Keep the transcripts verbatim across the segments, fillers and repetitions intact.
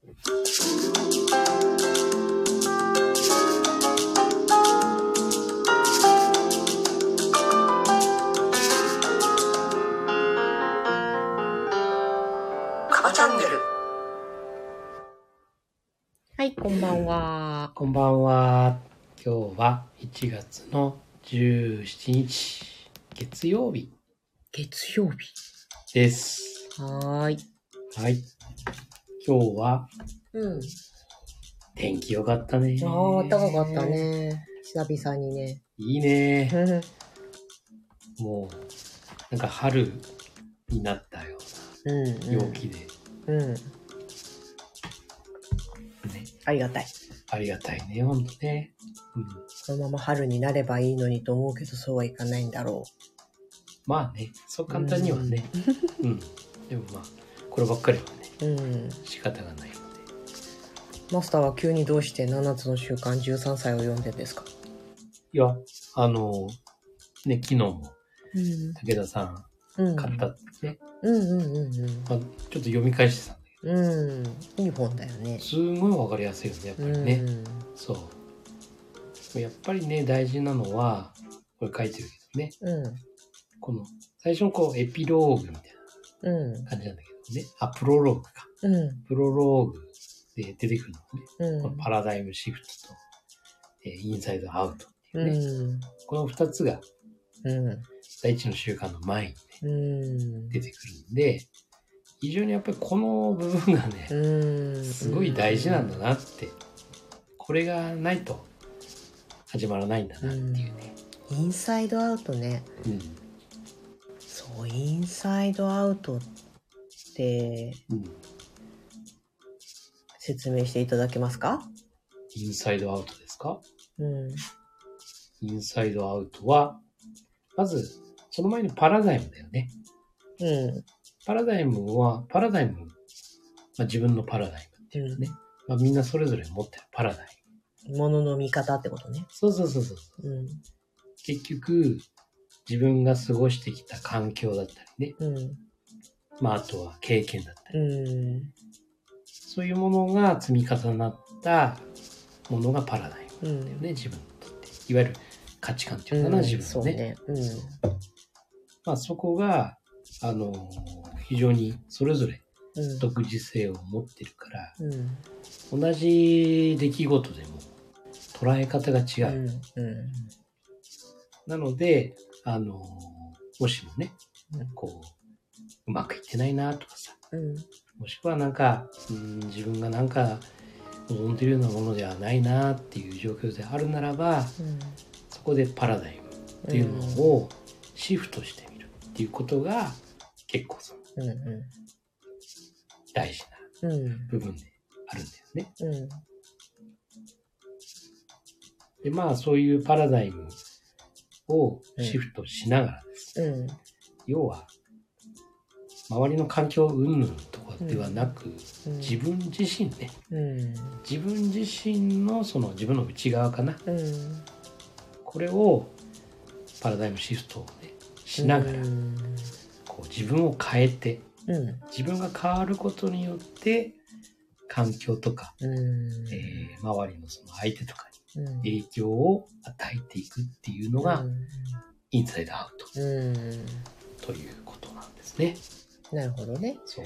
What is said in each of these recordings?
カバチャンネル。 はい、こんばんは。 こんばんは。今日はいちがつのじゅうしちにち、月曜日月曜日です。 はーい。 はい。今日はうん。 天気良かったね。 ああ、暖かかったね。久々にね。 いいね。もうなんか春になったような陽気で、 うん、うん。 ね。 ありがたい。 ありがたいね、ほんとね。うん。 このまま春になればいいのにと思うけど、そうはいかないんだろまあね、そう簡単にはね。うん。うん、でもまあこればっかりはね、うん、仕方がないので。 マスターは急にどうしてななつの習慣じゅうさんさいを読んでんですか？ いや、あのね、昨日も武田さん買ったってね。 うんうんうんうん。 まあ、ちょっと読み返してたんだけど。 うん。いい本だよね。 すごいわかりやすいよね、やっぱりね。うん、そう。やっぱりね、大事なのは、これ書いてるけどね。うん。この、最初のこう、エピローグみたいな感じなんだけどね。うん、あ、プロローグか。うん。プロローグで出てくるのね。うん、このパラダイムシフトと、えー、インサイドアウトっていうね。うん、この二つが、うん、第一の習慣の前にね、うん、出てくるんで、非常にやっぱりこの部分がね、うん、すごい大事なんだなって、これがないと始まらないんだなっていうね。 うん、インサイドアウトね。うん、そう、インサイドアウトって、うん、説明していただけますか？ インサイドアウトですか？うん。インサイドアウトは、まず、その前にパラダイムだよね。うん。パラダイムは、パラダイム、まあ、自分のパラダイムっていうね、うん、まあ、みんなそれぞれ持ってるパラダイム。ものの見方ってことね。 そうそうそうそう、うん。結局、自分が過ごしてきた環境だったりね。うん。まあ、あとは経験だったり。うん。そういうものが積み重なったものがパラダイムなんだよね、うん、自分にとって。いわゆる価値観っていうのかな、うん、自分のね。そうね。うん。まあ、そこが、あのー、非常にそれぞれ独自性を持ってるから、うん、同じ出来事でも捉え方が違う。うんうん、なので、あのー、もしもね、こう、うまくいってないなとかさ、うん、もしくはなんか、うん、自分がなんか望んでいるようなものではないなっていう状況であるならば、うん、そこでパラダイムっていうのをシフトしてみるっていうことが結構その、うんうん、大事な部分であるんだよね。うん、で、まあそういうパラダイムをシフトしながらです、うん、要は周りの環境云々とかではなく、うん、自分自身ね、うん、自分自身のその自分の内側かな、うん、これをパラダイムシフトを、ね、しながら、うん、こう自分を変えて、うん、自分が変わることによって環境とか、うんえー、周りのその相手とかに影響を与えていくっていうのが、うん、インサイドアウト、うん、ということなんですね。 なるほどね。そう。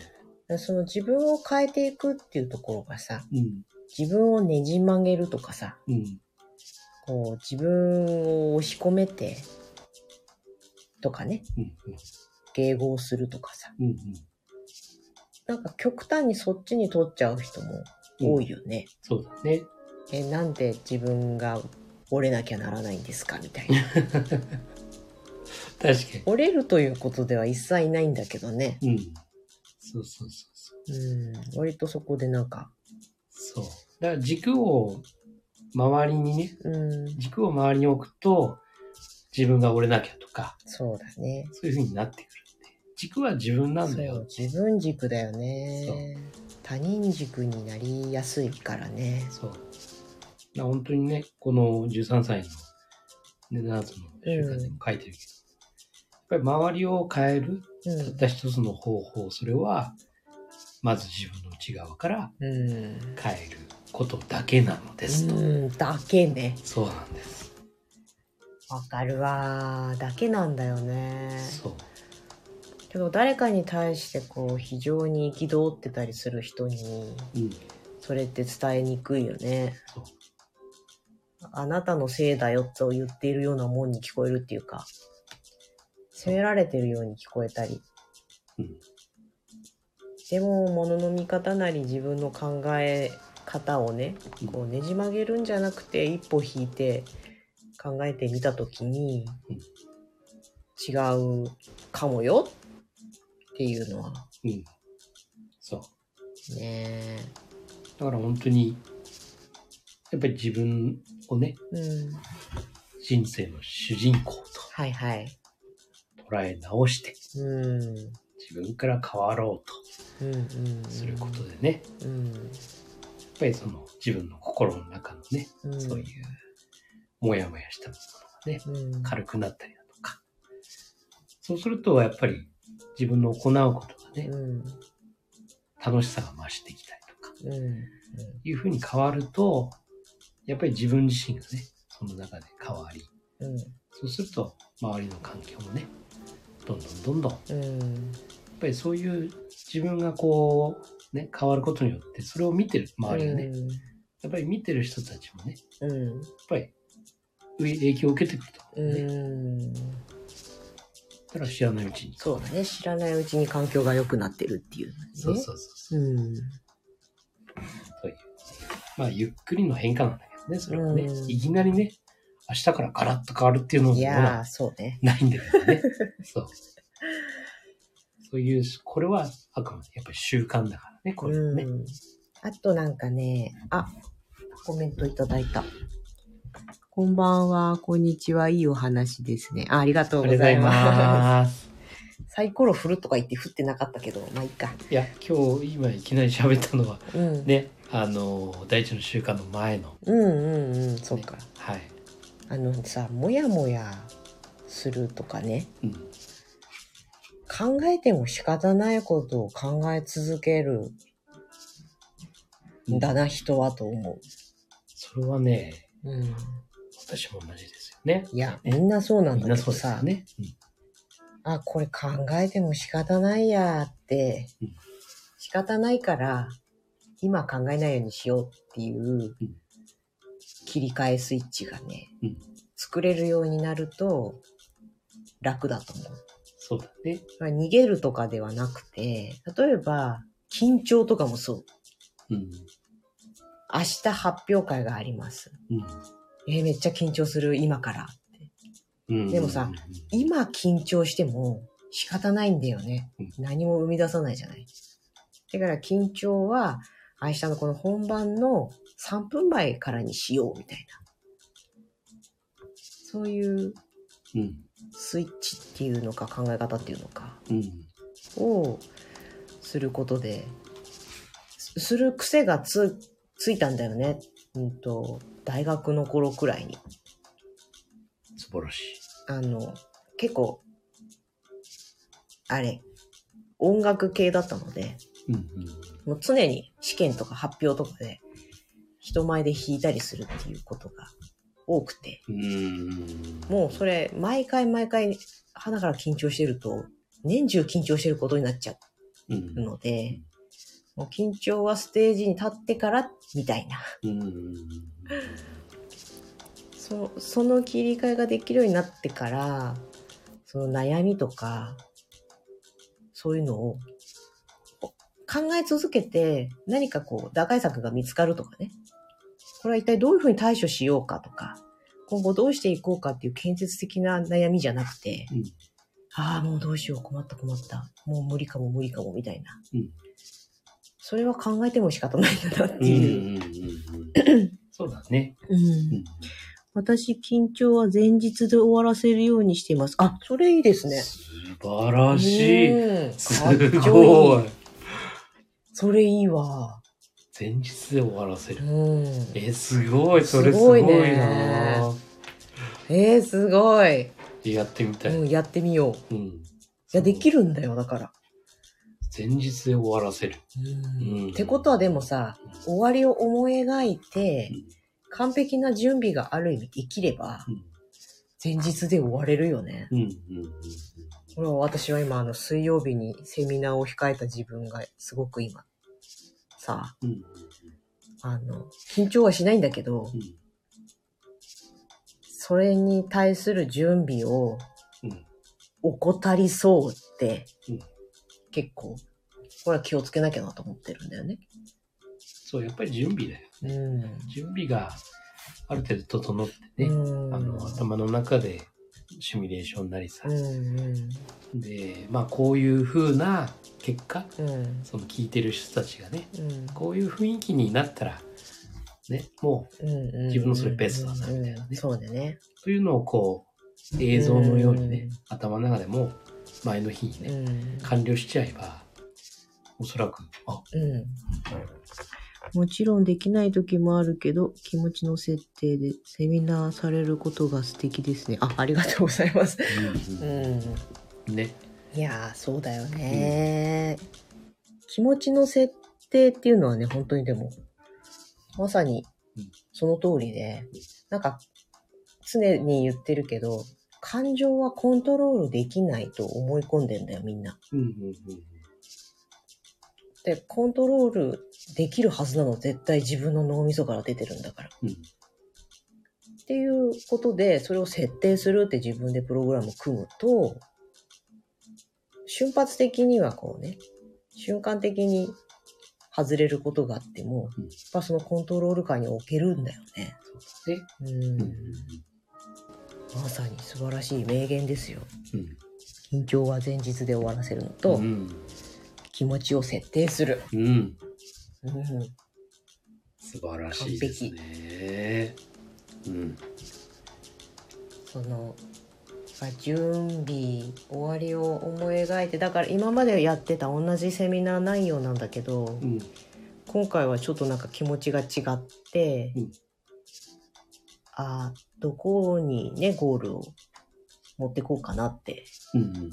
その自分を変えていくっていうところがさ、うん、自分をねじ曲げるとかさ、うん、こう自分を押し込めてとかね、うんうん、迎合するとかさ、うんうん、なんか極端にそっちに取っちゃう人も多いよね。 うん、そうだね。 え、なんで自分が折れなきゃならないんですかみたいな。 確かに。 折れるということでは一切ないんだけどね。うん。 そうそうそうそう。 うん。割とそこでなんか。 そう。だから軸を周りにね、うん、軸を周りに置くと自分が折れなきゃとか。 そうだね。 そういう風になってくるんで。軸は自分なんだよ。 そう、自分軸だよね。他人軸になりやすいからね。 そう。本当にね、このじゅうさんさいのななつの習慣でも書いてるけど、やっぱり周りを変える、たった一つの方法、それはまず自分の内側から変えることだけなのですと。 うん、だけね。 そうなんです。 わかるわ。だけなんだよね。 そう。 けど誰かに対してこう非常に憤ってたりする人に、うん、それって伝えにくいよね。そう。あなたのせいだよと言っているようなもんに聞こえるっていうか、責められてるように聞こえたり。うん、でも物の見方なり自分の考え方をね、こうねじ曲げるんじゃなくて一歩引いて考えてみたときに、うん、違うかもよっていうのは、 うん、そうねえ。 だから本当にやっぱり自分をね、うん、人生の主人公とはいはい、 捉え直して、うん、自分から変わろうとすることでね、うんうんうん、やっぱりその自分の心の中のね、うん、そういうモヤモヤしたものがね、うん、軽くなったりだとか、そうするとやっぱり自分の行うことがね、うん、楽しさが増してきたりとか、うんうん、いうふうに変わるとやっぱり自分自身がねその中で変わり、うん、そうすると周りの環境もねどんどんどんどん、うん、やっぱりそういう自分がこうね変わることによってそれを見てる周りがね、うん、やっぱり見てる人たちもね、うん、やっぱり影響を受けてくると思うね、うん、だから知らないうちにそうだね知らないうちに環境が良くなってるっていう、ね、 そうそうそう、うん、そういうまあゆっくりの変化なんだけどねそれはね、うん、いきなりね明日からガラッと変わるっていうのもいやそうねないんだけどねそうそういうこれはあくまでやっぱり習慣だからねこれはね、うん、 あとなんかねあコメントいただいたこんばんはこんにちはいいお話ですね あ, ありがとうございますサイコロ振るとか言って振ってなかったけどまあいいかいや今日今いきなり喋ったのは、うん、ねあの第一の習慣の前のうんうんうんそうか、 ね、はいあのさもやもやするとかね、うん、考えても仕方ないことを考え続けるんだな、うん、人はと思うそれはね、うん、私も同じですよねいやみんなそうなんだけどさ、 ねうん、 あこれ考えても仕方ないやって、うん、仕方ないから今考えないようにしようっていう、うん切り替えスイッチがね、うん、作れるようになると楽だと思う。 そうだね。 逃げるとかではなくて、例えば緊張とかもそう。うん、明日発表会があります。うん、えー、めっちゃ緊張する今からって、うん。でもさ、うん、今緊張しても仕方ないんだよね。うん、何も生み出さないじゃない。だから緊張は明日のこの本番のさんぷんまえからにしようみたいな。そういうスイッチっていうのか考え方っていうのか、うん、をすることで、する癖がつ、ついたんだよね。うんと、大学の頃くらいに。 素晴らしい。 あの、結構、あれ、音楽系だったので、うんうん、もう常に試験とか発表とかで人前で弾いたりするっていうことが多くて、うーんもうそれ毎回毎回鼻から緊張してると年中緊張してることになっちゃうので、うん、もう緊張はステージに立ってからみたいな、うーんそ, その切り替えができるようになってからその悩みとかそういうのを考え続けて何かこう打開策が見つかるとかね。これは一体どういうふうに対処しようかとか、今後どうしていこうかっていう建設的な悩みじゃなくて、うん、ああもうどうしよう困った困った、もう無理かも無理かもみたいな。うん、それは考えても仕方ないんだなっていう。 そうだね、 うんうん。私緊張は前日で終わらせるようにしています。あ、それいいですね。 素晴らしい。うん、すごい。 それいいわ。 前日で終わらせる。うん、え、すごい。それすごいな。すごいね。 えー、すごい。 やってみたい。 うん、やってみよう。うん、いや、できるんだよ、だから。 前日で終わらせる。 うん。ってことはでもさ、終わりを思い描いて、うん、完璧な準備がある意味できれば、うん、前日で終われるよね。うんうんうん、これは私は今あの水曜日にセミナーを控えた自分がすごく今さ、うんうんうん、あの緊張はしないんだけど、うん、それに対する準備を怠りそうって、うん、結構これは気をつけなきゃなと思ってるんだよね。 そうやっぱり準備だよね。うん、準備がある程度整ってね、うん、あの頭の中でシミュレーションなりさ、うんうん、でまあこういう風な結果、うん、その聞いてる人たちがね、うん、こういう雰囲気になったらねもう自分のそれベストだなみたいなね、 そうだね。 というのをこう映像のようにね、うん、頭の中でも前の日にね、うん、完了しちゃえばおそらくあ、うんもちろんできない時もあるけど、気持ちの設定でセミナーされることが素敵ですね。あ、ありがとうございます。うん、 うん、ね。 いやー、そうだよね、うん。気持ちの設定っていうのはね、本当にでも、まさにその通りで、なんか常に言ってるけど、感情はコントロールできないと思い込んでんだよ、みんな。うんうんうん、で、コントロールできるはずなの絶対自分の脳みそから出てるんだから、うん、っていうことでそれを設定するって自分でプログラムを組むと瞬発的にはこうね瞬間的に外れることがあっても、うん、やっぱそのコントロール下に置けるんだよね。そうですね、うんうん、まさに素晴らしい名言ですよ、うん、緊張は前日で終わらせるのと、うん、気持ちを設定する、うんうん、素晴らしいですね。うん、 その準備終わりを思い描いてだから今までやってた同じセミナー内容なんだけど、うん、今回はちょっとなんか気持ちが違って、うん、あどこにねゴールを持ってこうかなって、うんうんうんうん、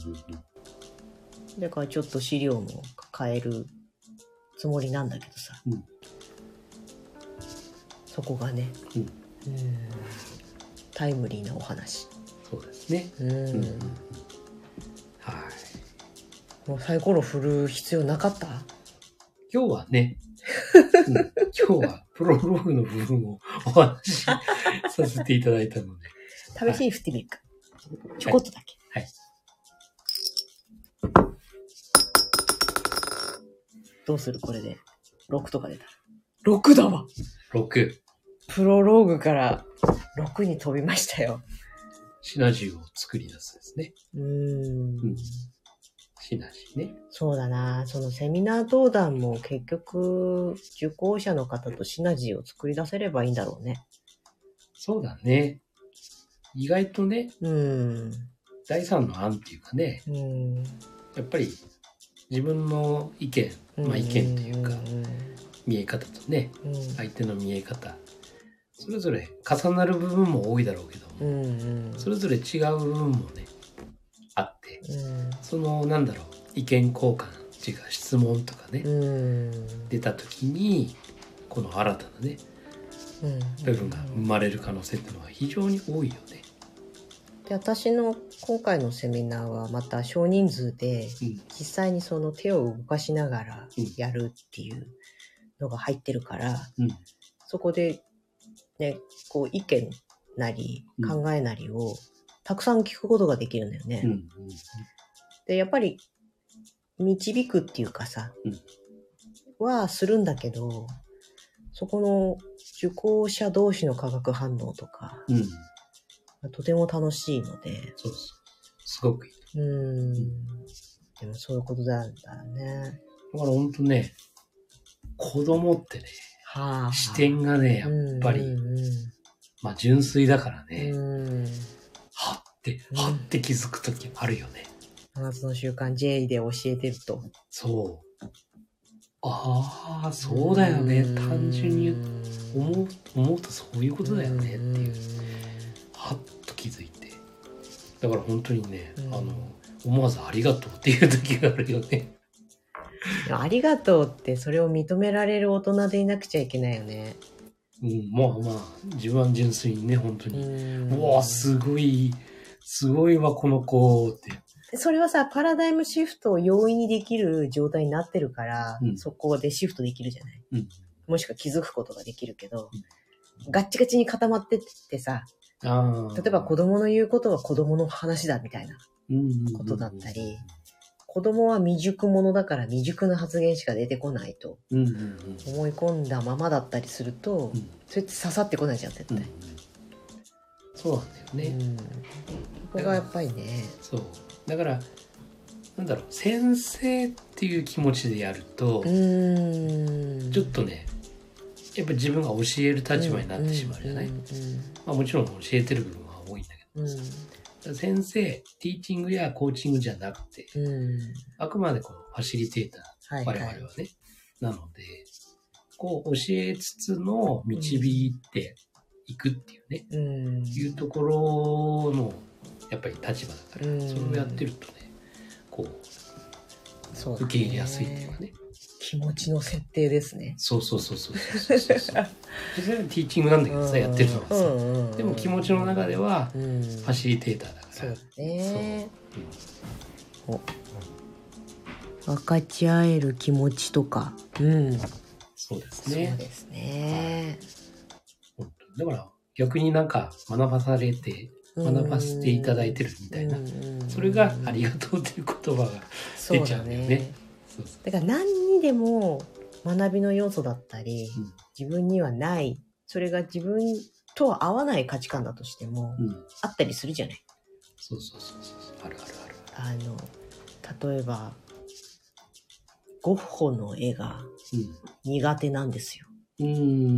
だからちょっと資料も変えるつもりなんだけどさ、うん、そこがね、うん、うんタイムリーなお話。 そうですね。うん。うん、はい。 もうサイコロ振る必要なかった？ 今日はね、うん、今日はプロローグの部分をお話しさせていただいたので。 試しに振ってみるか。はい、ちょこっとだけ。はい。はい、どうするこれで。ろくとか出たら。ろくだわ。 ろく。 プロローグからろくに飛びましたよ。 シナジーを作り出すですね。うーん、うん。シナジーね。 そうだな。そのセミナー登壇も結局受講者の方とシナジーを作り出せればいいんだろうね。 そうだね。意外とね、うん、第三の案っていうかね、うん、やっぱり自分の意見、まあ意見っていうか、うんうんうん、見え方とね、うん、相手の見え方、それぞれ重なる部分も多いだろうけども、うんうん、それぞれ違う部分もねあって、うん、そのなんだろう意見交換違う質問とかね、うん、出た時にこの新たなね、うん、部分が生まれる可能性っていうのは非常に多いよね。 で私の今回のセミナーはまた少人数で実際にその手を動かしながらやるっていうのが入ってるから、うん、そこでね、こう意見なり考えなりをたくさん聞くことができるんだよね。うんうん、でやっぱり導くっていうかさ、うん、はするんだけど、そこの受講者同士の化学反応とか、うん、とても楽しいので、 そうそうすごくいい。うん、 でもそういうことなんだね。 だから本当ね、子供ってね。はあ、視点がね、やっぱり、うんうんうん、まあ純粋だからね、うん、はって、はって気づくときあるよね。 ななつの習慣 J で教えてると。 そう。ああ、そうだよね。単純に思う、思うとそういうことだよねっていう。はっと気づいて。だから本当にね、あの、思わずありがとうっていう時があるよね。 ありがとうってそれを認められる大人でいなくちゃいけないよね。 うん、まあまあ、自分は純粋にね、本当に。う, うわ、すごい、すごいわ、この子って。 それはさ、パラダイムシフトを容易にできる状態になってるから、うん、そこでシフトできるじゃない、うん、もしくは気づくことができるけど、うん、ガッチガチに固まってってさ、あ例えば子供の言うことは子供の話だみたいなことだったり、うんうんうんうん、子供は未熟者だから未熟な発言しか出てこないと思い込んだままだったりすると、うん、それって刺さってこないじゃん絶対、うんうん、 そうなんだよね、うん、ここがやっぱりねそうだからなんだろう先生っていう気持ちでやるとうーんちょっとねやっぱ自分が教える立場になってしまうじゃない、うんうんうんうんまあ、もちろん教えてる部分は多いんだけど、うん、先生ティーチングやコーチングじゃなくて、うん、あくまでこのファシリテーター、はいはい、我々はねなのでこう教えつつの導いていくっていうね、うん、いうところのやっぱり立場だから、うん、それをやってるとねこうそう、ね、受け入れやすいっていうかね気持ちの設定ですね。 そうそうそうそうそうそうそう。実際はティーチングなんだけどさ、やってるのはさ、うんうんうん、でも気持ちの中ではファシリテーターだから。そうね。 そう、うん、分かち合える気持ちとか、うん、 そうですね。 そうですね。 本当だから逆になんか学ばされて学ばせていただいてるみたいな、それがありがとうっていう言葉が出ちゃうんだよね。 だから何にでも学びの要素だったり、うん、自分にはないそれが自分とは合わない価値観だとしても、うん、あったりするじゃない。 そうそうそうそうあるあるある。あの例えばゴッホの絵が苦手なんですよ。うん、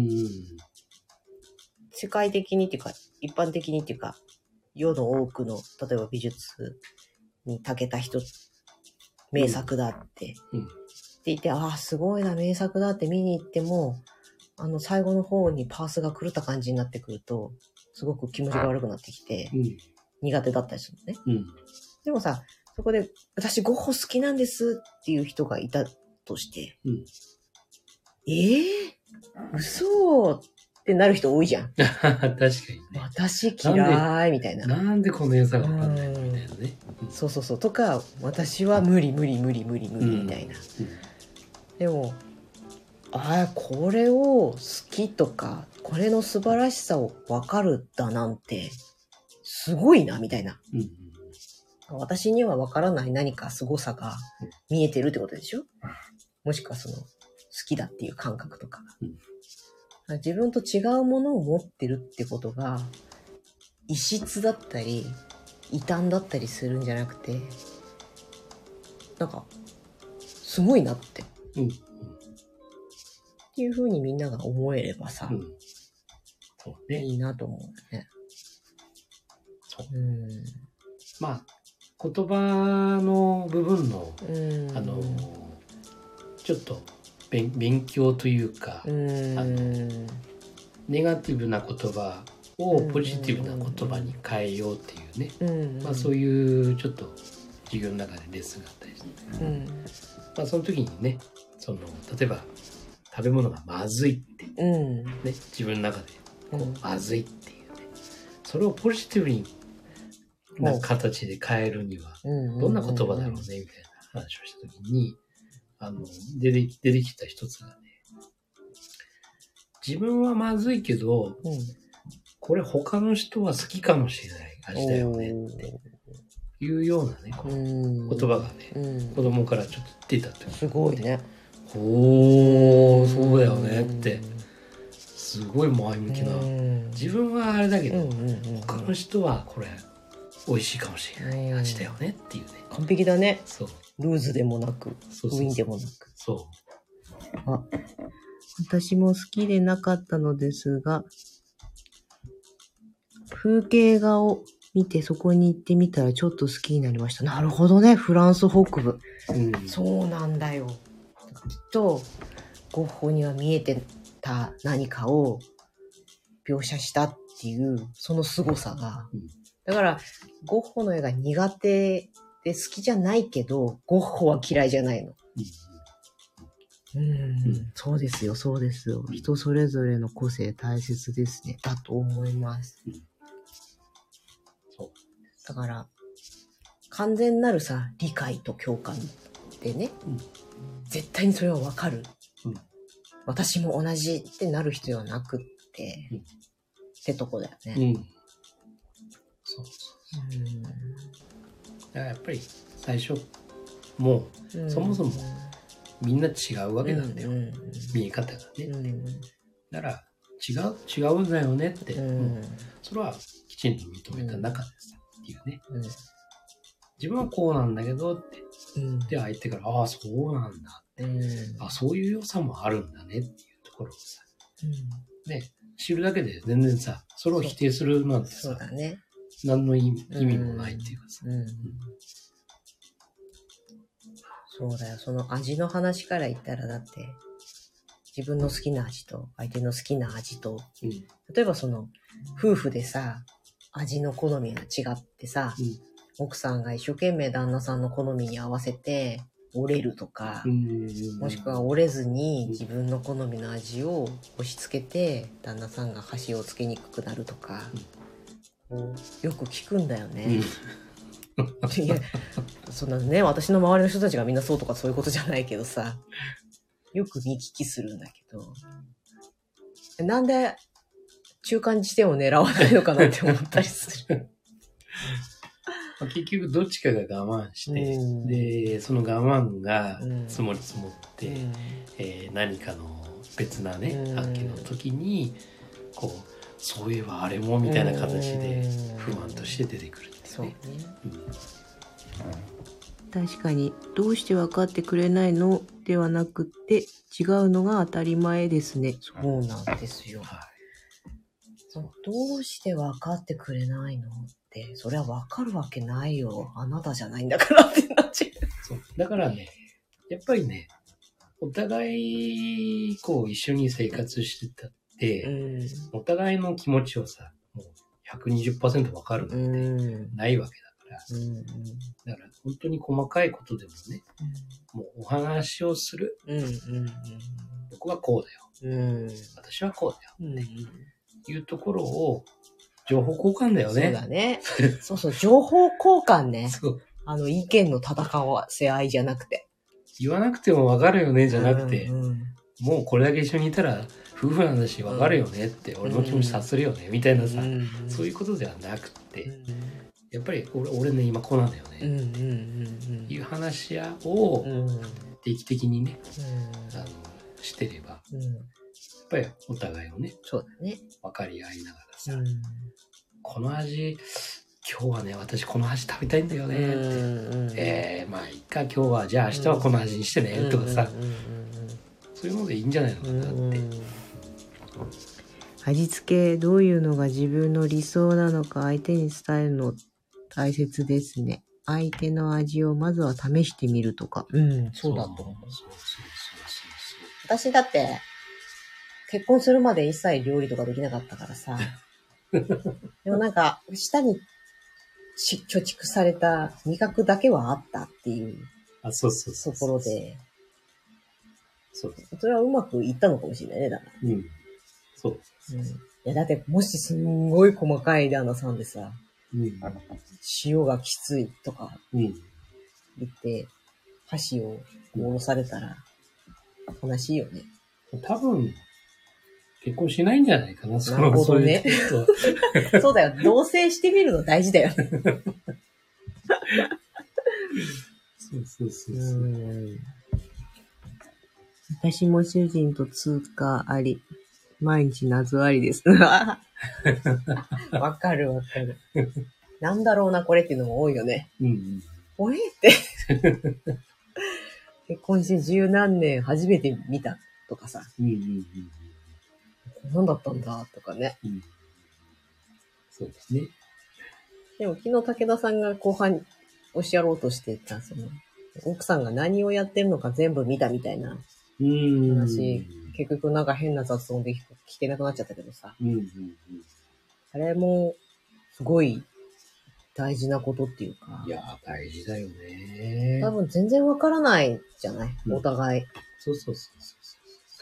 世界的にっていうか一般的にっていうか世の多くの例えば美術に長けた人名作だって、うん、って言って、ああ、すごいな、名作だって見に行っても、あの、最後の方にパースが狂った感じになってくると、すごく気持ちが悪くなってきて、うん、苦手だったりするのね、うん。でもさ、そこで、私ゴッホ好きなんですっていう人がいたとして、うん、えー、嘘ってなる人多いじゃん。 確かにね。 私嫌いみたいな。 なんでこの良さが分かんないのみたいなね。 そうそうそう。とか、私は無理無理無理無理無理みたいな。うんうん、でも、ああ、これを好きとか、これの素晴らしさを分かるだなんて、すごいな、みたいな。うんうん、私には分からない何か凄さが見えてるってことでしょ？もしくはその、好きだっていう感覚とかが。うん自分と違うものを持ってるってことが異質だったり異端だったりするんじゃなくてなんかすごいなって、うんうん、っていう風にみんなが思えればさ、うんそうね、いいなと思うね。 そう、うん、まあ言葉の部分の、うん、あのちょっと勉強というか、うん、あのネガティブな言葉をポジティブな言葉に変えようっていうね、うんまあ、そういうちょっと授業の中でレッスンがあったりして、うんまあ、その時にねその例えば食べ物がまずいって、うんね、自分の中でこう、うん、まずいっていうねそれをポジティブにな形で変えるにはどんな言葉だろうねみたいな話をした時にあの出て、出てきた一つがね、自分はまずいけど、うん、これ他の人は好きかもしれない味だよねっていうようなね、こう言葉がね、うん、子供からちょっと出たってすごいね。 おー、そうだよねって、すごい前向きな。自分はあれだけど、他の人はこれ美味しいかもしれない味だよねっていうね。 完璧だね。そう。ルーズでもなく、そうそうそうウィンでもなく。そう。あ、私も好きでなかったのですが、風景画を見てそこに行ってみたらちょっと好きになりました。なるほどね、フランス北部。うん、そうなんだよ。きっと、ゴッホには見えてた何かを描写したっていう、その凄さが。うん、だから、ゴッホの絵が苦手で好きじゃないけど、ゴッホは嫌いじゃないの。うん、 うん、うん、そうですよ、そうですよ。人それぞれの個性大切ですね。だと思います。うん、そう。だから、完全なるさ、理解と共感でね、うん、絶対にそれはわかる、うん。私も同じってなる必要はなくって、うん、ってとこだよね。うん。 そうそうそう。うん、だからやっぱり最初、もう、うん、そもそもみんな違うわけなんだよ。うん、見え方がね、うん。だから違う、違うんだよねって、うん、それはきちんと認めた中でさ、うん、っていうね。うん、自分はこうなんだけどって、うん、で相手からああそうなんだって、うん、あそういう良さもあるんだねっていうところをさ、うん、ね知るだけで全然さそれを否定するなんてさ、 そうだね、 何の意味、意味もないっていうかさ、うんうん、 そうだよ。その味の話から言ったらだって自分の好きな味と相手の好きな味と、うん、例えばその夫婦でさ味の好みが違ってさ、うん、奥さんが一生懸命旦那さんの好みに合わせて折れるとか、うん、もしくは折れずに自分の好みの味を押し付けて旦那さんが箸をつけにくくなるとか、うん、よく聞くんだよね。うん、いやそんなね私の周りの人たちがみんなそうとかそういうことじゃないけどさよく見聞きするんだけどなんで中間地点を狙わないのかなって思ったりする。 結局どっちかが我慢して、うん、でその我慢が積もり積もって、うん、えー、何かの別なね、うん、案件の時にこうそういえばあれもみたいな形で不安として出てくるんですね。そうね、 うん、確かにどうして分かってくれないのではなくて違うのが当たり前ですね。そうなんですよ、はい、どうして分かってくれないのってそれは分かるわけないよあなたじゃないんだからってなっちゃう。 そうだからねやっぱりねお互いこう一緒に生活してたって、うん、お互いの気持ちをさもう ひゃくにじゅっパーセント 分かるなんてないわけだから、うんうん、だから本当に細かいことでもね、うん、もうお話をする、うんうんうん、僕はこうだよ、うん、私はこうだよ、うん、いうところを情報交換だよね。 そうだね。そうそう情報交換ね。そうあの意見の戦わせ合いじゃなくて言わなくても分かるよねじゃなくて、うんうん、もうこれだけ一緒にいたら夫婦なんだし分かるよねって、うん、俺の気持ち察するよね、うん、みたいなさ、うん、そういうことではなくて、うん、やっぱり 俺, 俺ね今こうなんだよね、うんうんうんうん、いう話し合を定期的にね、うん、あのしてれば、うん、やっぱりお互いをね、 そうだね分かり合いながらさ、うん、この味今日はね私この味食べたいんだよねって、うんうん、えー、まあいいか今日はじゃあ明日はこの味にしてね、うん、とかさ、うんうんうん、そういうのでいいんじゃないのかなって、うんうん、 味付けどういうのが自分の理想なのか相手に伝えるの大切ですね。相手の味をまずは試してみるとか、うん、そうだと思う。そうそうそうそうそう私だって結婚するまで一切料理とかできなかったからさでもなんか舌に貯蓄された味覚だけはあったっていうところで、そうそれはうまくいったのかもしれないね、だから。うん。そう。うん、いや、だってもしすんごい細かい旦那さんでさ、うん、塩がきついとか言って、うん、箸を下ろされたら悲しいよね。 多分、結婚しないんじゃないかな、 なるほどね。そう、そうだよ。同棲してみるの大事だよね。そうそうそうそう。うん私も主人と通過あり、毎日謎ありです。わかるわかる。なんだろうな、これっていうのも多いよね。うんうん、これって結婚して十何年初めて見たとかさ。うんうんうん何だったんだとかね、うん。 そうですね。 でも昨日武田さんが後半おっしゃろうとしてた、その、奥さんが何をやってるのか全部見たみたいな話、結局なんか変な雑音で聞けなくなっちゃったけどさ。うんうんうん、あれもすごい大事なことっていうか。 いや、大事だよね。 多分全然わからないじゃない、うん、お互い。 そうそうそうそう。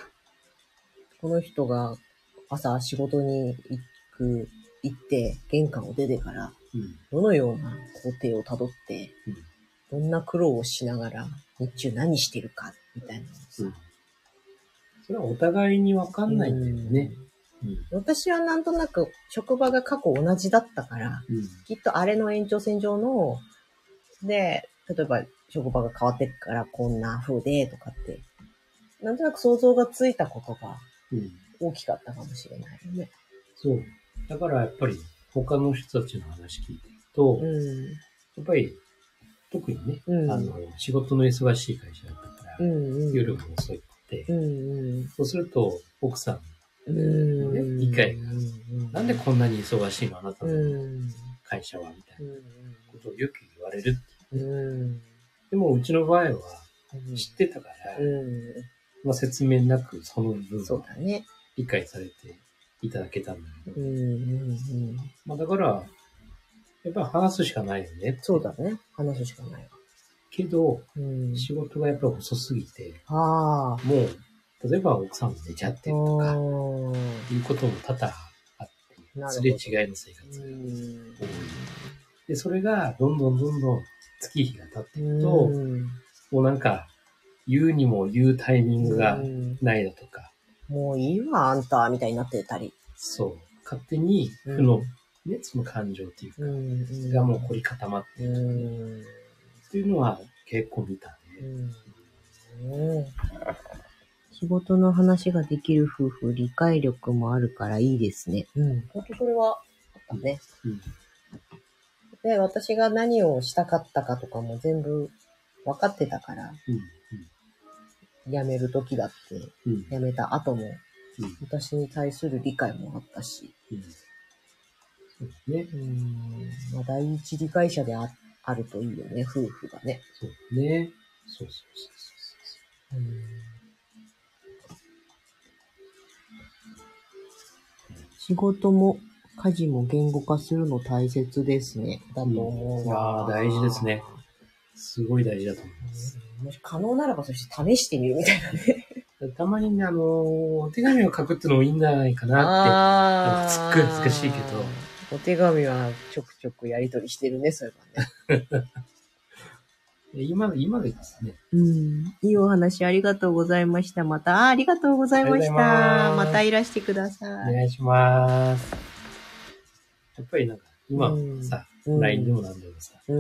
この人が朝仕事に行く、行って玄関を出てから、うん、どのような工程をたどって、うん、どんな苦労をしながら日中何してるかみたいなのさ、うん、 それはお互いに分かんないんだよね。 うん、私はなんとなく職場が過去同じだったから、うん、きっとあれの延長線上の、で、例えば職場が変わってくからこんな風でとかって、なんとなく想像がついたことが大きかったかもしれないよね。 うん、そう。だからやっぱり他の人たちの話聞いてると、うん、やっぱり特にね、うん、あの仕事の忙しい会社だったから、うんうん、夜も遅いって、うんうん、そうすると奥さんのね、理解が、なんでこんなに忙しいのあなたの会社はみたいなことをよく言われるっていう、うん、でもうちの場合は知ってたから、うんまあ、説明なくその部分を理解されていただけたんだけど、うんうんうんまあ、だからやっぱり話すしかないよね。 そうだね。話すしかないわ。 けど、うん、仕事がやっぱり遅すぎて、あもう、例えば奥さんも寝ちゃってるとか、いうことも多々あって、すれ違いの生活が多い。で、それがどんどんどんどん月日が経っていくと、うん、もうなんか、言うにも言うタイミングがないだとか。 うん、もういいわ、あんた、みたいになってたり。 そう。勝手に負の、うん、ね、その感情っていうか、うん、がもう凝り固まっていく、うん。っていうのは結構見たね。うんうん、仕事の話ができる夫婦、理解力もあるからいいですね。うん。本当それはあったね。うん、で、私が何をしたかったかとかも全部分かってたから、うんうん、辞める時だって、うん、辞めた後も、うん、私に対する理解もあったし、うんそうね。うんまあ、第一理解者で あ, あるといいよね、夫婦がね。 そうね。そうそうそうそう。うん仕事も家事も言語化するの大切ですね。だと思うわ。 うん、大事ですね。すごい大事だと思います。 うん、もし可能ならばそして試してみるみたいなね。 たまにね、あの、お手紙を書くってのもいいんじゃないかなって。すっごい難しいけど。 お手紙はちょくちょくやり取りしてるね、そういえばね。 今、今でですね。 うん。いいお話ありがとうございました。また、あ、ありがとうございました。ま, またいらしてください。 お願いします。やっぱりなんか、今さ、うん、ライン でもなんでもさ、うん、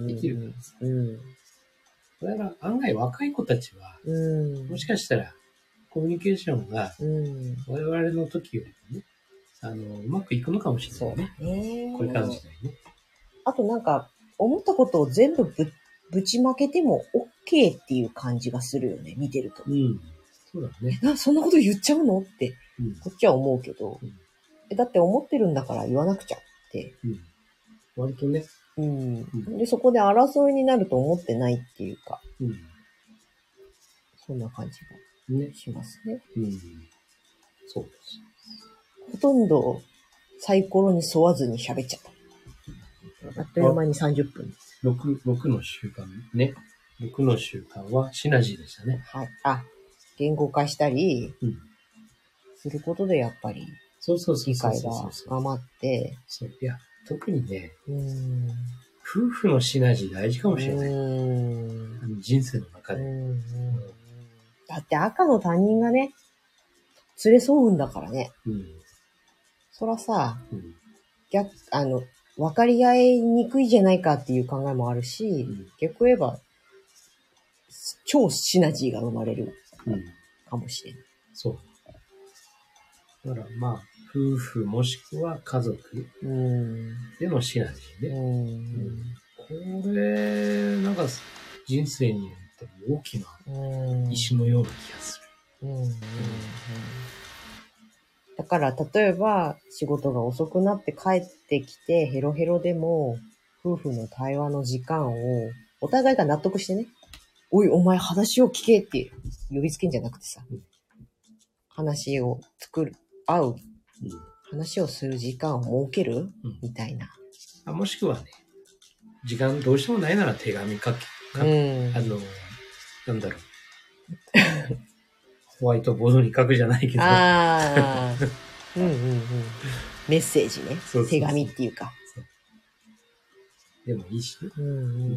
できるからさ。うん、だから案外若い子たちは、うん、もしかしたら、コミュニケーションが、我々の時よりもね、あの、うまくいくのかもしれないね。ねこれからの時代ね。 あとなんか、思ったことを全部ぶぶちまけても OK っていう感じがするよね、見てると。うん。 そうだね。 な、そんなこと言っちゃうのって、うん、こっちは思うけど、うん、え、だって思ってるんだから言わなくちゃって。うん。 割とね。 うん。うん、で、そこで争いになると思ってないっていうか、うん。そんな感じがしますね。ねうん。 そうです。 ほとんどサイコロに沿わずに喋っちゃった。あっという間にさんじゅっぷんです。 ろく、ろくの習慣ね。ろくの習慣はシナジーでしたね。 はい。あ、言語化したり、うん、することでやっぱり、 そうそうそう理解が深まって。 そう。いや、特にね、うん夫婦のシナジー大事かもしれない。うん人生の中で。うんだって赤の他人がね、連れ添うんだからね。うん、そらさ、うん、逆、あの、分かり合いにくいじゃないかっていう考えもあるし、うん、逆言えば、超シナジーが生まれるかもしれない。うん、 そう。だからまあ、夫婦もしくは家族でのシナジーね。うんうん、これ、なんか人生によっても大きな石のような気がする。うんうんうん、 だから例えば仕事が遅くなって帰ってきてヘロヘロでも夫婦の対話の時間をお互いが納得してね、おいお前話を聞けって呼びつけんじゃなくてさ、うん、話を作る、会う、うん、話をする時間を設ける、うん、みたいな。 あもしくはね、時間どうしてもないなら手紙書き、うん、あの、なんだろう、 ホワイトボードに書くじゃないけど。 ああ。うんうんうん。メッセージね。 そうそうそう手紙っていうか。 でもいいしね。 うんうんうん。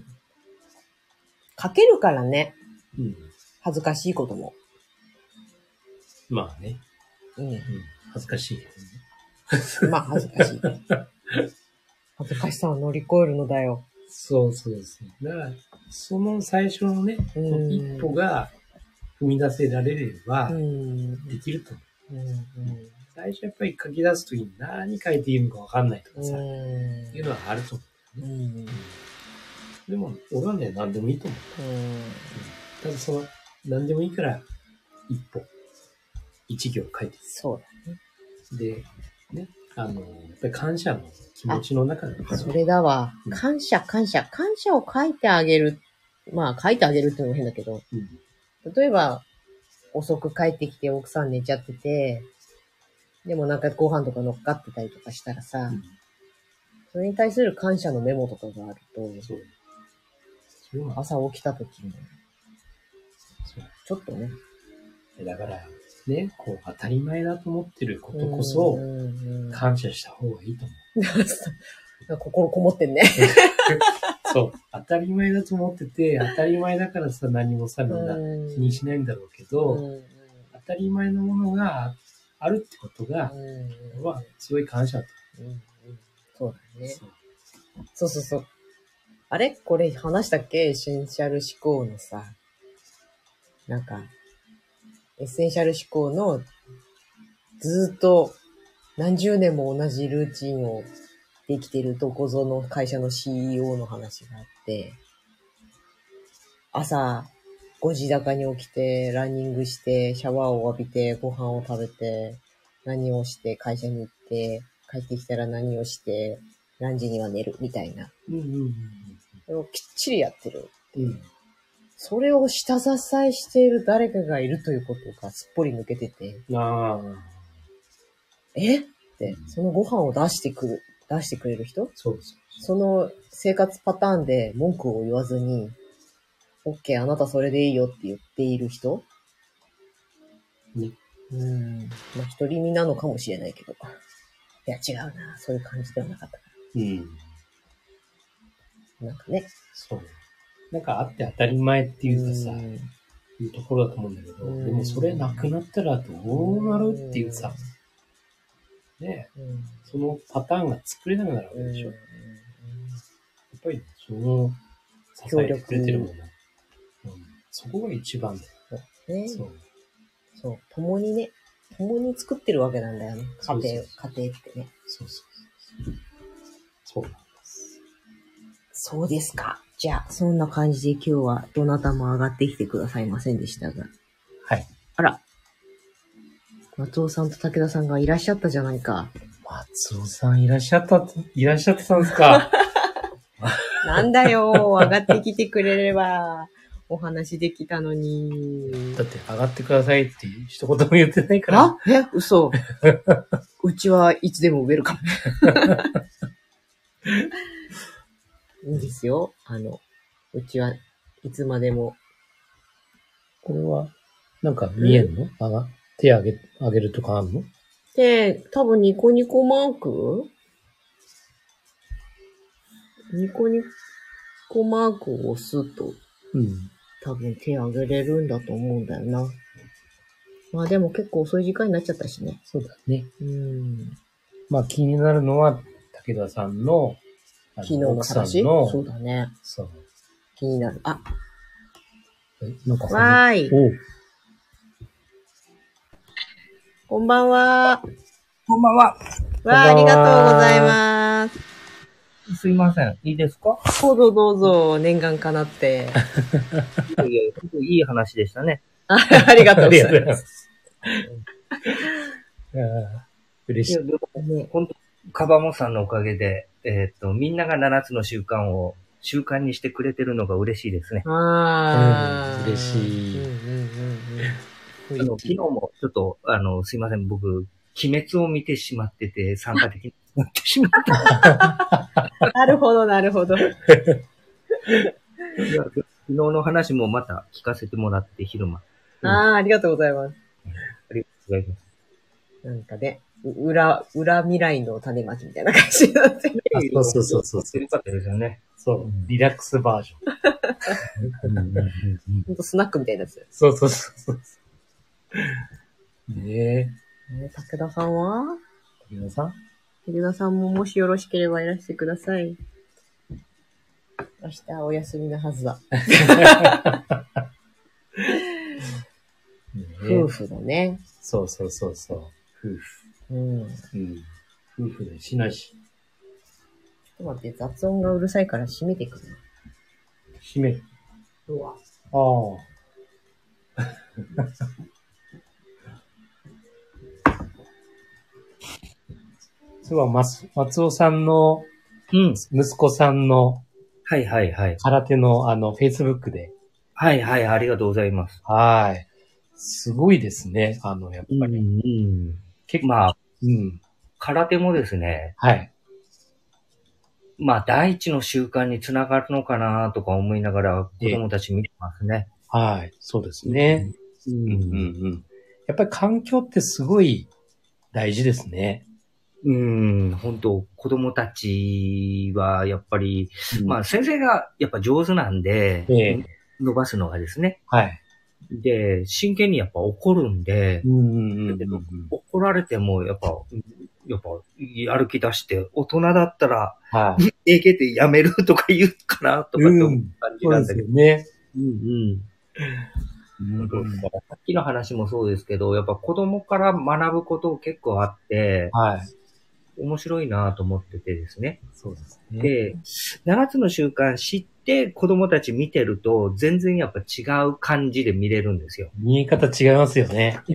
書けるからね。 うん。 恥ずかしいことも。 まあね。 うん。うん、 恥ずかしい、 ね。まあ恥ずかしい。恥ずかしさを乗り越えるのだよ。 そうそうそう。だから、その最初のね、うん、一歩が踏み出せられれば、できると思う。うんうん、最初やっぱり書き出すときに何書いていいのかわかんないとかさ、うん、いうのはあると思う、ね。うん、でも、俺はね、何でもいいと思う。うん、ただその、何でもいいから、一歩、一行書いて。 そうだね。で、ね、あの、やっぱり感謝の気持ちの中で。 それだわ。感謝、感謝、感謝を書いてあげる。まあ、書いてあげるっていうのも変だけど、うん、例えば、遅く帰ってきて奥さん寝ちゃってて、でもなんかご飯とか乗っかってたりとかしたらさ、うん、それに対する感謝のメモとかがあると、そうそれ朝起きた時に、ちょっとね。 だから、ね、こう当たり前だと思ってることこそ、感謝した方がいいと思う。心こもってんね。 そう。当たり前だと思ってて、当たり前だからさ、何もさ、みんな気にしないんだろうけど、当たり前のものがあるってことが、はすごい感謝だと。 うんうん、そうだね。そうそうそう。あれこれ話したっけエッセンシャル思考のさ、なんか、エッセンシャル思考のずっと何十年も同じルーチンをできてるどこぞの会社の シーイーオー の話があって、朝ごじだかに起きてランニングしてシャワーを浴びてご飯を食べて何をして会社に行って帰ってきたら何をして何時には寝るみたいな。うんうんうん、それをきっちりやってるっていう。うん、それを下支えしている誰かがいるということがすっぽり抜けてて。あえって、そのご飯を出してくる、出してくれる人？そうです。その生活パターンで文句を言わずに、OK、あなたそれでいいよって言っている人？ね。うん。まあ、一人身なのかもしれないけど。いや、違うな。そういう感じではなかったから。うん。なんかね。 そう。なんかあって当たり前っていうかさ、うん、いうところだと思うんだけど、うん、でもそれなくなったらどうなるっていうさ、ね、うん、そのパターンが作れなくなるわけでしょ。うん、やっぱりその支えてくれてるもの、うん、そこが一番だよ。 ね、そう。そう。共にね、共に作ってるわけなんだよね。家庭、そうそう家庭ってね。そうそうそう。そうなんです。そうですか。じゃあ、そんな感じで今日はどなたも上がってきてくださいませんでしたが。 はい。 あら。松尾さんと武田さんがいらっしゃったじゃないか。 松尾さんいらっしゃった、いらっしゃってたんですか。 なんだよ、上がってきてくれれば、お話できたのに。 だって上がってくださいって一言も言ってないから。 あえ嘘。うちはいつでもウェルカム。いいですよ。あの、うちはいつまでも。 これは、なんか見えんの？あが、手上げ、上げるとかあんの？ 手、多分ニコニコマーク？ニコニコマークを押すと、うん、多分手上げれるんだと思うんだよな。まあでも結構遅い時間になっちゃったしね。 そうだね。うん。まあ気になるのは、武田さんの、 昨日の話のそうだね。そう。気になる。あ。 え、なんかわーい。おう。こんばんは。 こんばんは。 わー、ありがとうございます。 すいません。いいですか？ どうぞどうぞ、念願かなって。 いやいや、本当にいい話でしたね。 あ, ありがとうございます。 嬉しい。いや、でもね、本当、カバモさんのおかげで、えっと、みんながななつの習慣を習慣にしてくれてるのが嬉しいですね。 ああ、うん、嬉しい。うんうんうんうん、あの昨日もちょっと、あの、すいません、僕、鬼滅を見てしまってて、参加できなくなってしまった。 なるほど、なるほど。いや昨日の話もまた聞かせてもらって、昼間。 うん、ああ、ありがとうございます。 ありがとうございます。 なんかね、裏、裏未来の種まきみたいな感じになってる。 そうそうそうそう。 よかったですよね。 そう。リラックスバージョン。 ほんとスナックみたいなやつ。 そうそうそう。ねえ。武田さんは武田さん武田さんももしよろしければいらしてください。明日お休みなはずだ。夫婦だね。 そうそうそうそう。夫婦。うん。うん。夫婦でしないし。ちょっと待って、雑音がうるさいから閉めてくる。 閉める。 うわ。 ああ。そうは、松尾さんの、うん。息子さんの、 はいはいはい。 空手の、あの、Facebook で。 はいはい、ありがとうございます。 はい。すごいですね。あの、やっぱり。うん、 うん。結構、まあ、うん。空手もですね。 はい。 まあ、第一の習慣につながるのかなとか思いながら、子供たち見てますね。 はい。そうですね。うん。うんうんうん。やっぱり環境ってすごい大事ですね。 うん、本当子供たちは、やっぱり、うん、まあ、先生がやっぱ上手なんで、ええ、伸ばすのがですね。 はい。 で、真剣にやっぱ怒るんで、うんうんうんうん、怒られても、やっぱ、やっぱ、やる気出して、大人だったら、はい。えげてやめるとか言うかな、とかって思う感じなんだけど。 うん、そうですよね。 うんうん。うん、さっきの話もそうですけど、やっぱ子供から学ぶこと結構あって、はい。面白いなと思っててですね。 そうですね。 で、ななつの習慣知って子供たち見てると、全然やっぱ違う感じで見れるんですよ。 見え方違いますよね。 うん、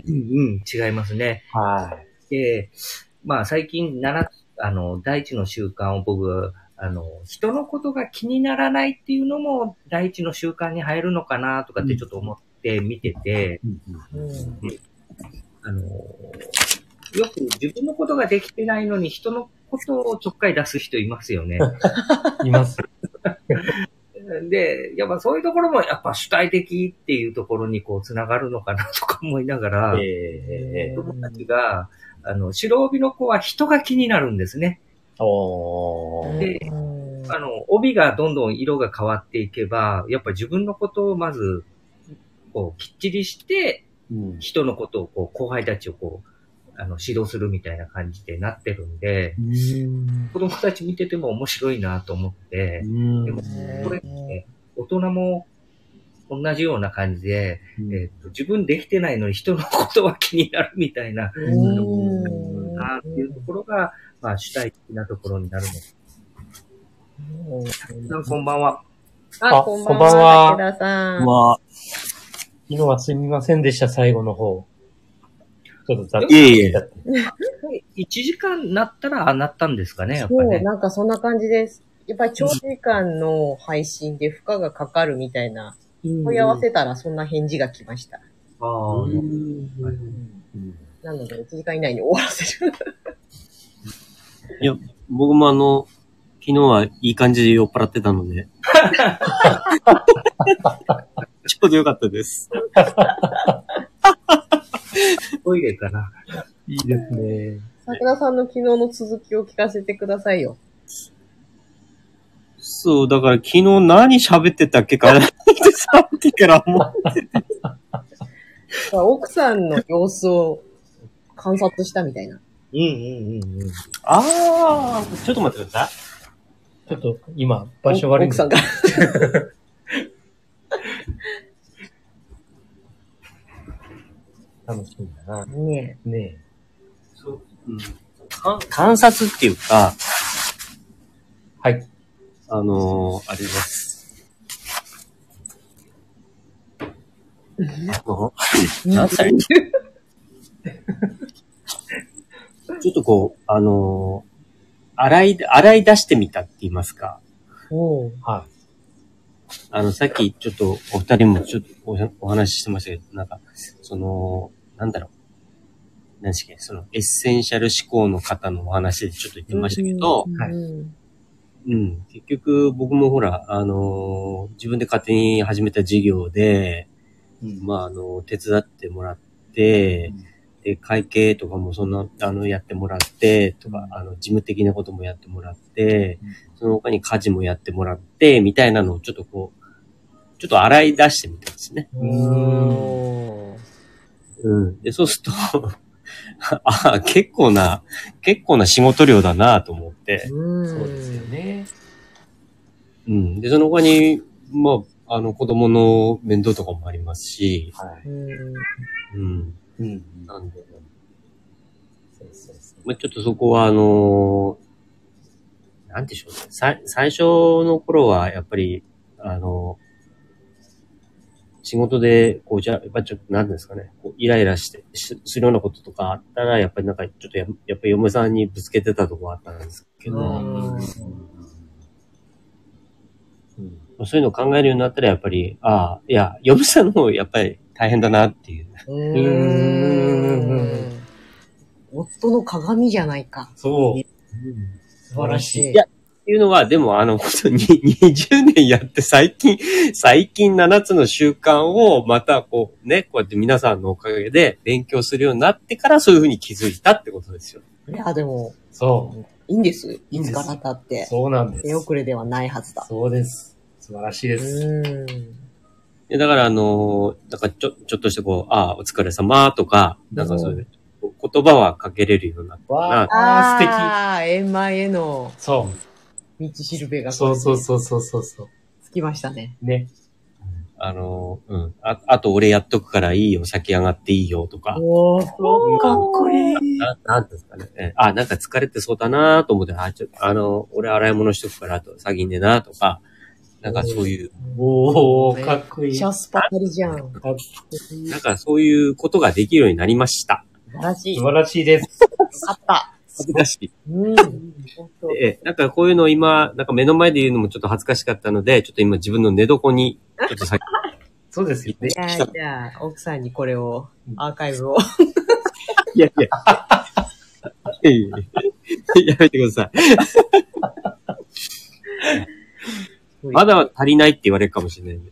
違いますね。 はい。 で、まあ最近ななつ、あの、第一の習慣を僕、あの、人のことが気にならないっていうのも第一の習慣に入るのかなとかってちょっと思って見てて、うんうんうん、あの、よく自分のことができてないのに人のことをちょっかい出す人いますよね。 います。 で、やっぱそういうところもやっぱ主体的っていうところにこう繋がるのかなとか思いながら、えー、子供たちが、あの、白帯の子は人が気になるんですね。 おで、あの、帯がどんどん色が変わっていけば、やっぱ自分のことをまず、こう、きっちりして、人のことをこう、後輩たちをこう、あの、指導するみたいな感じでなってるんで、うん子供たち見てても面白いなと思って、うんでも、これ、ね、大人も同じような感じで、うんえーと、自分できてないのに人のことは気になるみたいな、うんなっていうところが、まあ、主体的なところになるので。さん、こんばんは。 あ、こんばんは。武田さん。 まあ、昨日はすみませんでした、最後の方。ちょっとざっいえいえ。いちじかんなったら、あ、なったんですかね、やっぱね。 そう、なんかそんな感じです。やっぱり長時間の配信で負荷がかかるみたいな、問い合わせたらそんな返事が来ました。ああ、うん、なのでいちじかん以内に終わらせる。 いや、僕もあの、昨日はいい感じで酔っ払ってたので。ちょうどよかったです。 トイレかな。 いいですね。 桜田さんの昨日の続きを聞かせてくださいよ。 そう、だから昨日何喋ってたっけかなってさっきから思ってて。 奥さんの様子を観察したみたいな。 うんうんうんうん。 あー、ちょっと待ってください。 ちょっと今、場所悪い。 奥さんが。 楽しいんだな。 ねえ。ねえ。 そう、うん。観察っていうか、 はい。 あのー、あれです。あの、何歳ちょっとこう、あのー、洗い、洗い出してみたって言いますか。 おはい。 あの、さっきちょっとお二人もちょっと お, お話ししてましたけど、なんか、その、なんだろう。何ですか、そのエッセンシャル思考の方のお話でちょっと言ってましたけど、うんうん、 うん。結局、僕もほら、あのー、自分で勝手に始めた事業で、うん、まあ、あの、手伝ってもらって、うん、で、会計とかもそんな、あの、やってもらって、とか、うん、あの、事務的なこともやってもらって、うん、その他に家事もやってもらって、みたいなのをちょっとこう、ちょっと洗い出してみたんですね。うーん。うん。で、そうすると、ああ、結構な、結構な仕事量だなと思って。 そうですよね。 うん。で、その他に、まあ、あの、子供の面倒とかもありますし。はい。うん。うん。なんで、そうそうそう。まあ、ちょっとそこは、あのー、なんでしょうね。さ、最初の頃は、やっぱり、あの、仕事で、こう、じゃあ、やっぱちょっと、なんですかね、こうイライラして、し、するようなこととかあったら、やっぱりなんか、ちょっとや、やっぱり嫁さんにぶつけてたとこあったんですけど、うんうん、そういうのを考えるようになったら、やっぱり、ああ、いや、嫁さんの方、やっぱり大変だなっていう。うーん。夫の鏡じゃないか。 そう。 素晴らしい。 いや、っていうのは、でも、あの、本当ににじゅうねんやって最近、最近ななつの習慣をまたこうね、こうやって皆さんのおかげで勉強するようになってからそういうふうに気づいたってことですよ。 いや、でも、 そう。 いいんです。いつからだって。 そうなんです。 手遅れではないはずだ。 そうです。素晴らしいです。うん。 だから、あの、なんかちょ、ちょっとしてこう、ああ、お疲れ様とか、なんかそういう、言葉はかけれるようになったな。 ああ、素敵。 ああ、円満への。 そう。 道しるべがそうそうそうそうそうそう。 つきましたね。 ね。 あの、うん。あ、あと俺やっとくからいいよ、先上がっていいよとか。 おー、かっこいい。 な、なんですかね。あ、なんか疲れてそうだなと思って、あ、ちょ、あの、俺洗い物しとくから、あと先にねなとか、なんかそういう。 おー、かっこいい。 シャスパタリじゃん。 なんかそういうことができるようになりました。 素晴らしい。 素晴らしいです。 あった。 恥ずかしい。うん。え、なんかこういうのを今、なんか目の前で言うのもちょっと恥ずかしかったので、ちょっと今自分の寝床に、ちょっと先そうですよね。 じゃあ、じゃあ、奥さんにこれを、アーカイブを。 いやいや。いやいややめてください。まだ足りないって言われるかもしれないんで。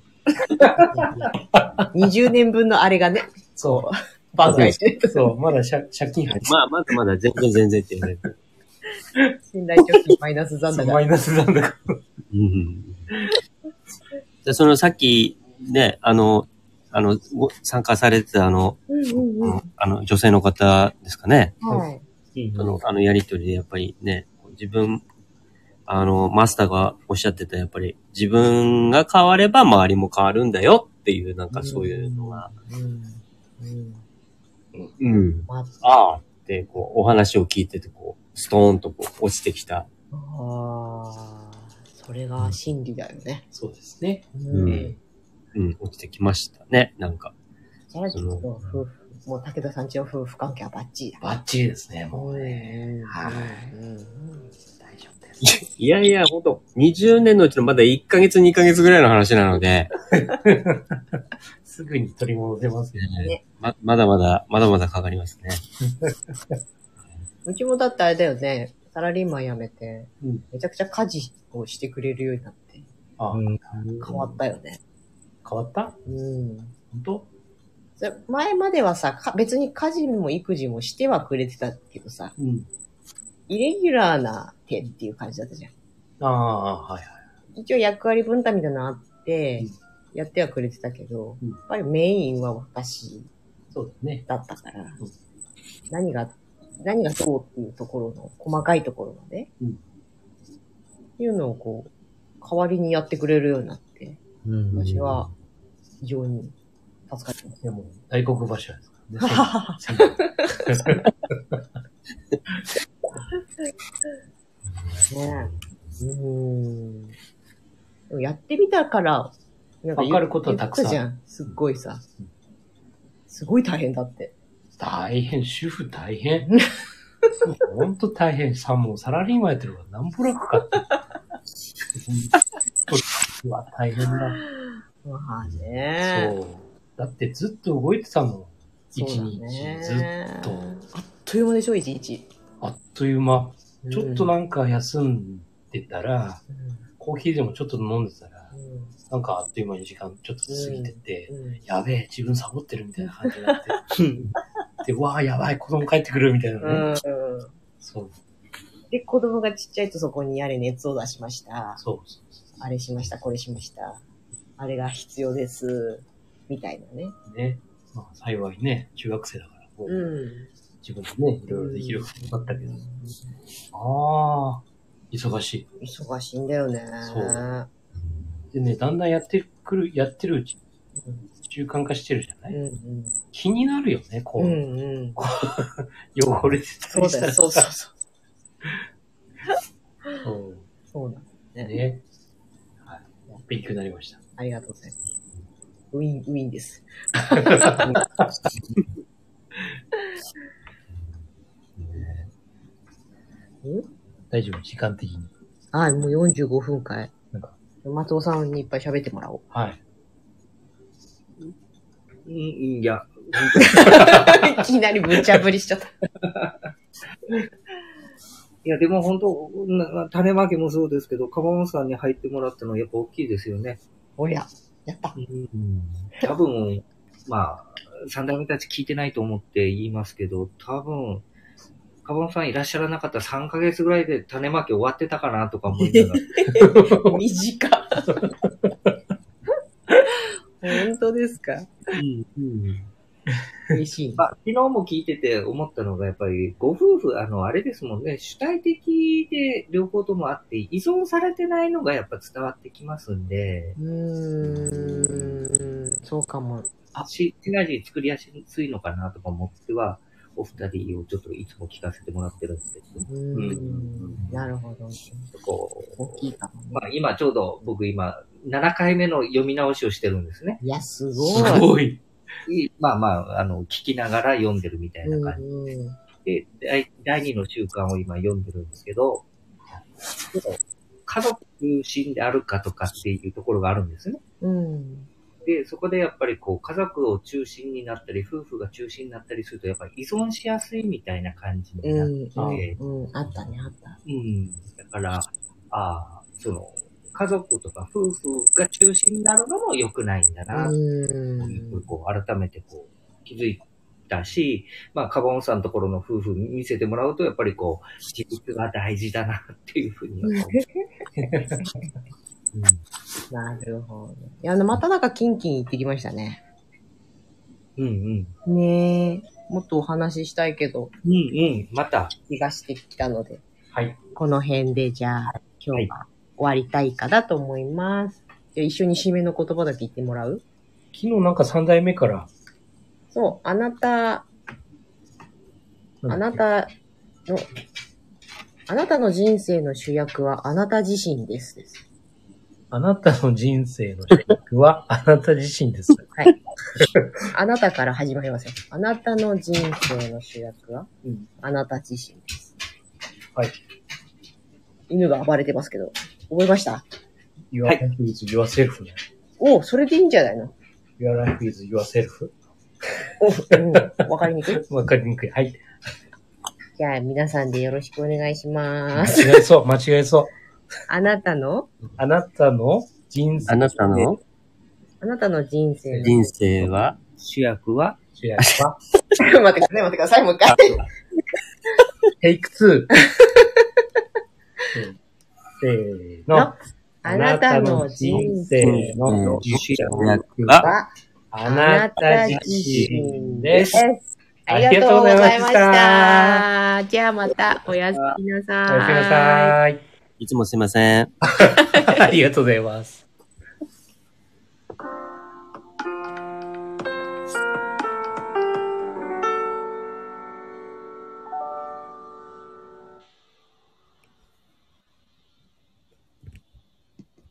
にじゅうねんぶんのあれがね。 そう。 挽回して。 そう、まだ借金入ってまあ、まだまだ全然全然って言われる。 信頼貯金マイナス残高。 マイナス残高。 うん。で、そのさっき、ね、あの、あの、参加されてたあの、うんうんうん、あの、女性の方ですかね。はい。その、あの、やりとりでやっぱりね、自分、あの、マスターがおっしゃってた、やっぱり自分が変われば周りも変わるんだよっていう、なんかそういうのが、うんうんうんうん、ああって、こう、お話を聞いてて、こう、ストーンとこう、落ちてきた。ああ、それが真理だよね。 そうですね。 うん。うん、落ちてきましたね、なんか。 じゃあ、ちょっと夫婦、もう武田さんちの夫婦関係はバッチリだ。 バッチリですね、もうね。はい。 大丈夫です。 いやいや、ほんと、にじゅうねんのうちのまだいっかげつ、にかげつぐらいの話なので。 すぐに取り戻せますよね。 ま、まだまだ、まだまだかかりますね。 うちもだってあれだよね。サラリーマン辞めて、うん、めちゃくちゃ家事をしてくれるようになって。ああ、うん、変わったよね。 変わった？うん。本当？ 前まではさ、別に家事も育児もしてはくれてたけどさ、うん、イレギュラーな手っていう感じだったじゃん。 ああ、はいはい。 一応役割分担みたいなのあって、うん、やってはくれてたけど、うん、やっぱりメインは私だったから、ねうん、何が、何がそうっていうところの細かいところまで、うん、いうのをこう、代わりにやってくれるようになって、うん、私は非常に助かってます。 でも、大黒柱ですからね。 ねえ。うん。でもやってみたから、 なんかわかることはたくさん。 じゃん。すっごいさ。すごい大変だって。 大変、主婦大変。ほんと大変。さ、もうサラリーマンやってるから何ぼ楽かって。うわ、大変だ。 まあね。 そう。だってずっと動いてたもん。一日。ずっと。 あっという間でしょ、一日。 あっという間。ちょっとなんか休んてたら、うん、コーヒーでもちょっと飲んでたら、うん、なんかあっという間に時間ちょっと過ぎてて、うんうん、やべえ、自分サボってるみたいな感じになって、で、わあ、やばい、子供帰ってくるみたいなね。うん、そう。 で、子供がちっちゃいとそこにやれ熱を出しました。 そうそうそう。 あれしました、これしました。あれが必要です。みたいなね。 ね。まあ、幸いね、中学生だから、もう、うん、自分でね、いろいろできるようになったけど。うん、ああ、忙しい。 忙しいんだよね。そう。 でね、だんだんやってくる、やってるうち、うん、習慣化してるじゃない、うんうん、気になるよね、こう。うんうん、汚れてたりしたら。 そうだよ、そうそうそう。 そう。 そうなんだね。 ね。はい。勉強になりました。 ありがとうございます。ウィン、ウィンです。 ね、大丈夫、時間的に。 はい、もうよんじゅうごふんかい。なんか松尾さんにいっぱい喋ってもらおう。 はい。 うん、いや。 いきなり無茶ぶりしちゃった。 いや、でも本当、種まきもそうですけど、かばもさんに入ってもらったのはやっぱ大きいですよね。 おや、やった。 うん、多分、まあ、三代目たち聞いてないと思って言いますけど、多分、かばもさんいらっしゃらなかったらさんかげつぐらいで種まき終わってたかなとか思いながら。短っ。本当ですか？うんうん嬉しい。 まあ、昨日も聞いてて思ったのが、やっぱり、ご夫婦、あの、あれですもんね、主体的で両方ともあって、依存されてないのがやっぱ伝わってきますんで。 うーん、そうかも。 あ、シナジー作りやすいのかなとか思っては、お二人をちょっといつも聞かせてもらってるんですけど。 うーん、なるほど。 こう、 大きいかもね。 まあ、今ちょうど僕今、ななかいめの読み直しをしてるんですね。 いや、すごい。 すごい。 まあまあ、あの、聞きながら読んでるみたいな感じ、うんうん、で、だいにの習慣を今読んでるんですけど、家族中心であるかとかっていうところがあるんですね。うん、で、そこでやっぱりこう、家族を中心になったり、夫婦が中心になったりすると、やっぱり依存しやすいみたいな感じになって、 うんうんうん、あったね、あった。 うん。だから、ああ、その、家族とか夫婦が中心になるのも良くないんだな、うんこう改めてこう気づいたし、まあ、カバオンさんのところの夫婦見せてもらうと、やっぱりこう、自立が大事だなっていうふうに思う。 うん、なるほど。いや、またなんかキンキン行ってきましたね。 うんうん。 ねえ、もっとお話ししたいけど。 うんうん、また。 気がしてきたので。 はい。 この辺でじゃあ、今日は、はい終わりたいかだと思います。じゃあ一緒に締めの言葉だけ言ってもらう？ 昨日なんか三代目から。 そう、あなた、あなたの、あなたの人生の主役はあなた自身です。 あなたの人生の主役はあなた自身です。 はい。あなたから始まりますよ。あなたの人生の主役は、うん、あなた自身です。 はい。 犬が暴れてますけど。覚えました？ Your life is yourself ね。 お、それでいいんじゃないの？ Your life is yourself。 お、うん、わかりにくい？ わかりにくい。はい。 じゃあ、皆さんでよろしくお願いします。 間違えそう、間違えそう。 あなたのあなたの人生。 あなたのあなたの人生。 人生は主役は主役は待ってください、待ってください、もう一回。 テイクツー。せーの。 あなたの人生の主役はあなた自身です。 ありがとうございました。じゃあまたおやすみなさい。 おやすみなさい。 いつもすいません。 ありがとうございます。